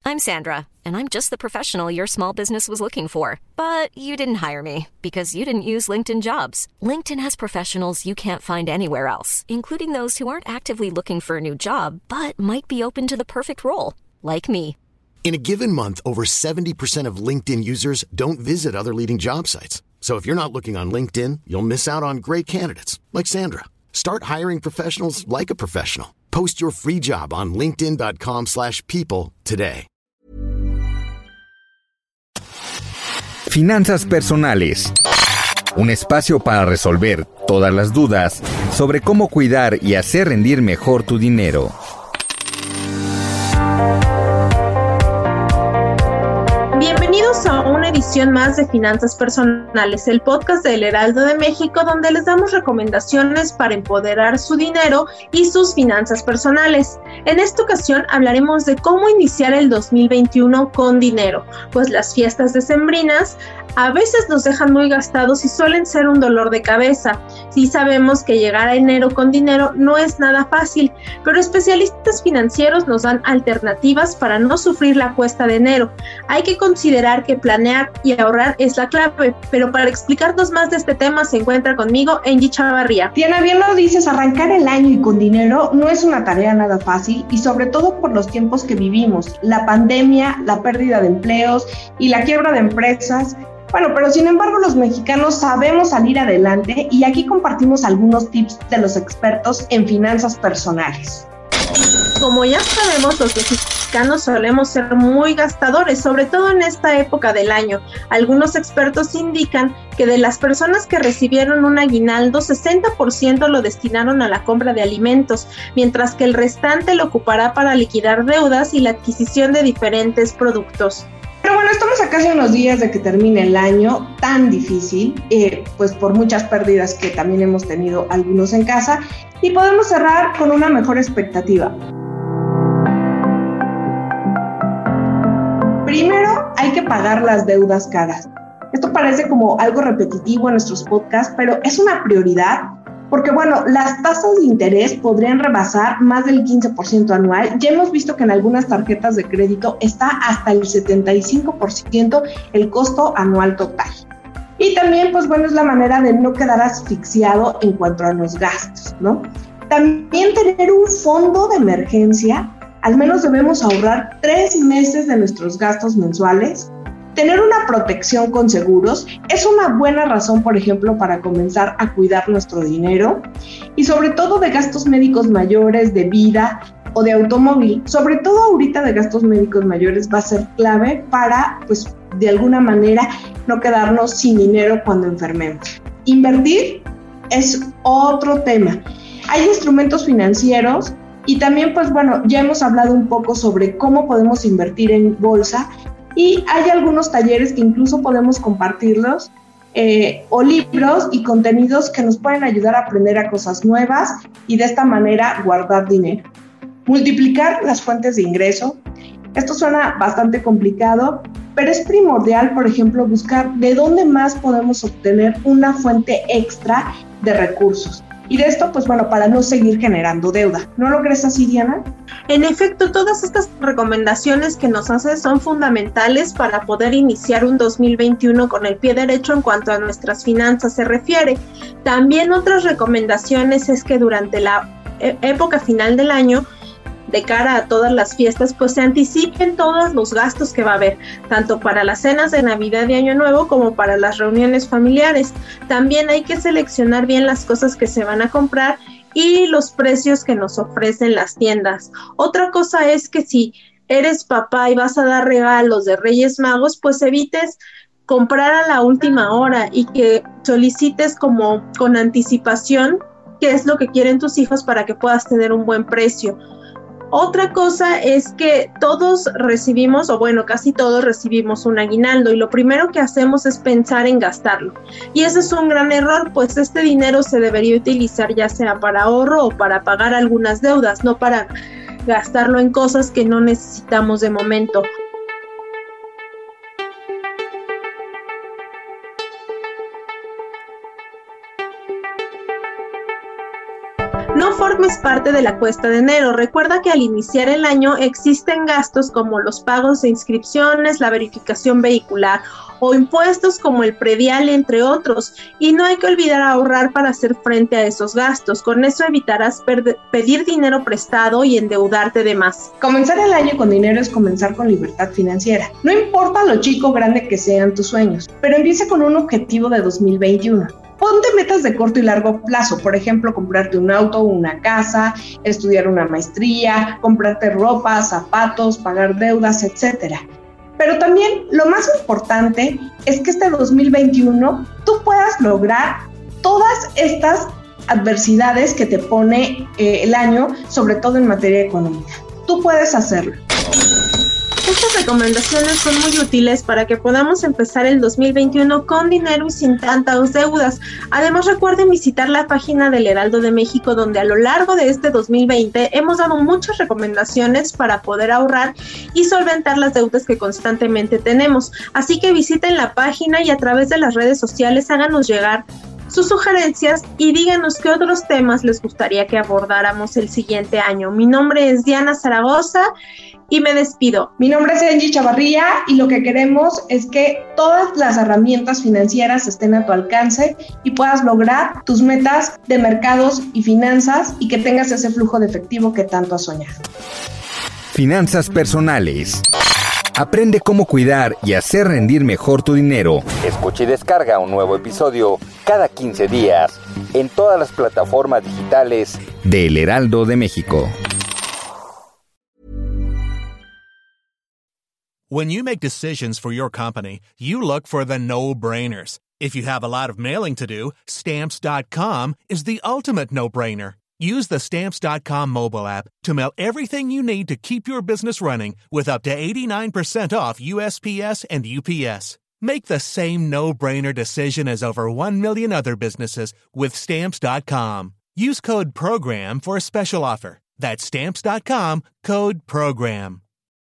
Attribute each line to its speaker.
Speaker 1: I'm Sandra, and I'm just the professional your small business was looking for. But you didn't hire me because you didn't use LinkedIn Jobs. LinkedIn has professionals you can't find anywhere else, including those who aren't actively looking for a new job, but might be open to the perfect role, like me.
Speaker 2: In a given month, over 70% of LinkedIn users don't visit other leading job sites. So if you're not looking on LinkedIn, you'll miss out on great candidates like Sandra. Start hiring professionals like a professional. Post your free job on linkedin.com/people today.
Speaker 3: Finanzas personales. Un espacio para resolver todas las dudas sobre cómo cuidar y hacer rendir mejor tu dinero.
Speaker 4: Bienvenidos a una edición más de Finanzas Personales, el podcast del Heraldo de México, donde les damos recomendaciones para empoderar su dinero y sus finanzas personales. En esta ocasión hablaremos de cómo iniciar el 2021 con dinero, pues las fiestas decembrinas a veces nos dejan muy gastados y suelen ser un dolor de cabeza. Sí sabemos que llegar a enero con dinero no es nada fácil, pero especialistas financieros nos dan alternativas para no sufrir la cuesta de enero. Hay que considerar que planear y ahorrar es la clave, pero para explicarnos más de este tema se encuentra conmigo Angie Chavarría.
Speaker 5: Diana, bien lo dices, arrancar el año y con dinero no es una tarea nada fácil y sobre todo por los tiempos que vivimos, la pandemia, la pérdida de empleos y la quiebra de empresas. Bueno, pero sin embargo los mexicanos sabemos salir adelante y aquí compartimos algunos tips de los expertos en finanzas personales.
Speaker 4: Como ya sabemos, los mexicanos solemos ser muy gastadores, sobre todo en esta época del año. Algunos expertos indican que de las personas que recibieron un aguinaldo, 60% lo destinaron a la compra de alimentos, mientras que el restante lo ocupará para liquidar deudas y la adquisición de diferentes productos.
Speaker 5: Pero bueno, estamos a casi unos días de que termine el año tan difícil, pues por muchas pérdidas que también hemos tenido algunos en casa, y podemos cerrar con una mejor expectativa. Primero, hay que pagar las deudas caras. Esto parece como algo repetitivo en nuestros podcasts, pero es una prioridad porque, bueno, las tasas de interés podrían rebasar más del 15% anual. Ya hemos visto que en algunas tarjetas de crédito está hasta el 75% el costo anual total. Y también, pues bueno, es la manera de no quedar asfixiado en cuanto a los gastos, ¿no? También tener un fondo de emergencia. Al menos debemos ahorrar 3 meses de nuestros gastos mensuales. Tener una protección con seguros es una buena razón, por ejemplo, para comenzar a cuidar nuestro dinero y sobre todo de gastos médicos mayores, de vida o de automóvil. Sobre todo ahorita de gastos médicos mayores va a ser clave para, pues, de alguna manera no quedarnos sin dinero cuando enfermemos. Invertir es otro tema. Hay instrumentos financieros y también, pues bueno, ya hemos hablado un poco sobre cómo podemos invertir en bolsa. Y hay algunos talleres que incluso podemos compartirlos, o libros y contenidos que nos pueden ayudar a aprender a cosas nuevas y de esta manera guardar dinero. Multiplicar las fuentes de ingreso. Esto suena bastante complicado, pero es primordial, por ejemplo, buscar de dónde más podemos obtener una fuente extra de recursos. Y de esto, pues bueno, para no seguir generando deuda. ¿No lo crees así, Diana?
Speaker 4: En efecto, todas estas recomendaciones que nos hace son fundamentales para poder iniciar un 2021 con el pie derecho en cuanto a nuestras finanzas se refiere. También otras recomendaciones es que durante la época final del año, de cara a todas las fiestas, pues se anticipen todos los gastos que va a haber, tanto para las cenas de Navidad y Año Nuevo como para las reuniones familiares. También hay que seleccionar bien las cosas que se van a comprar y los precios que nos ofrecen las tiendas. Otra cosa es que si eres papá y vas a dar regalos de Reyes Magos, pues evites comprar a la última hora y que solicites como con anticipación qué es lo que quieren tus hijos para que puedas tener un buen precio. Otra cosa es que todos recibimos, o bueno, casi todos recibimos un aguinaldo y lo primero que hacemos es pensar en gastarlo. Y ese es un gran error, pues este dinero se debería utilizar ya sea para ahorro o para pagar algunas deudas, no para gastarlo en cosas que no necesitamos de momento. No formes parte de la cuesta de enero. Recuerda que al iniciar el año existen gastos como los pagos de inscripciones, la verificación vehicular o impuestos como el predial, entre otros, y no hay que olvidar ahorrar para hacer frente a esos gastos. Con eso evitarás pedir dinero prestado y endeudarte de más.
Speaker 5: Comenzar el año con dinero es comenzar con libertad financiera. No importa lo chico o grande que sean tus sueños, pero empieza con un objetivo de 2021. Ponte metas de corto y largo plazo, por ejemplo, comprarte un auto, una casa, estudiar una maestría, comprarte ropa, zapatos, pagar deudas, etc. Pero también lo más importante es que este 2021 tú puedas lograr todas estas adversidades que te pone el año, sobre todo en materia económica. Tú puedes hacerlo.
Speaker 4: Estas recomendaciones son muy útiles para que podamos empezar el 2021 con dinero y sin tantas deudas. Además, recuerden visitar la página del Heraldo de México, donde a lo largo de este 2020 hemos dado muchas recomendaciones para poder ahorrar y solventar las deudas que constantemente tenemos. Así que visiten la página y a través de las redes sociales háganos llegar sus sugerencias y díganos qué otros temas les gustaría que abordáramos el siguiente año. Mi nombre es Diana Zaragoza y me despido.
Speaker 5: Mi nombre es Angie Chavarría y lo que queremos es que todas las herramientas financieras estén a tu alcance y puedas lograr tus metas de mercados y finanzas y que tengas ese flujo de efectivo que tanto has soñado.
Speaker 3: Finanzas personales. Aprende cómo cuidar y hacer rendir mejor tu dinero. Escucha y descarga un nuevo episodio cada 15 días en todas las plataformas digitales de El Heraldo de México.
Speaker 6: When you make decisions for your company, you look for the no-brainers. If you have a lot of mailing to do, Stamps.com is the ultimate no-brainer. Use the Stamps.com mobile app to mail everything you need to keep your business running with up to 89% off USPS and UPS. Make the same no-brainer decision as over 1 million other businesses with Stamps.com. Use code PROGRAM for a special offer. That's Stamps.com, code PROGRAM.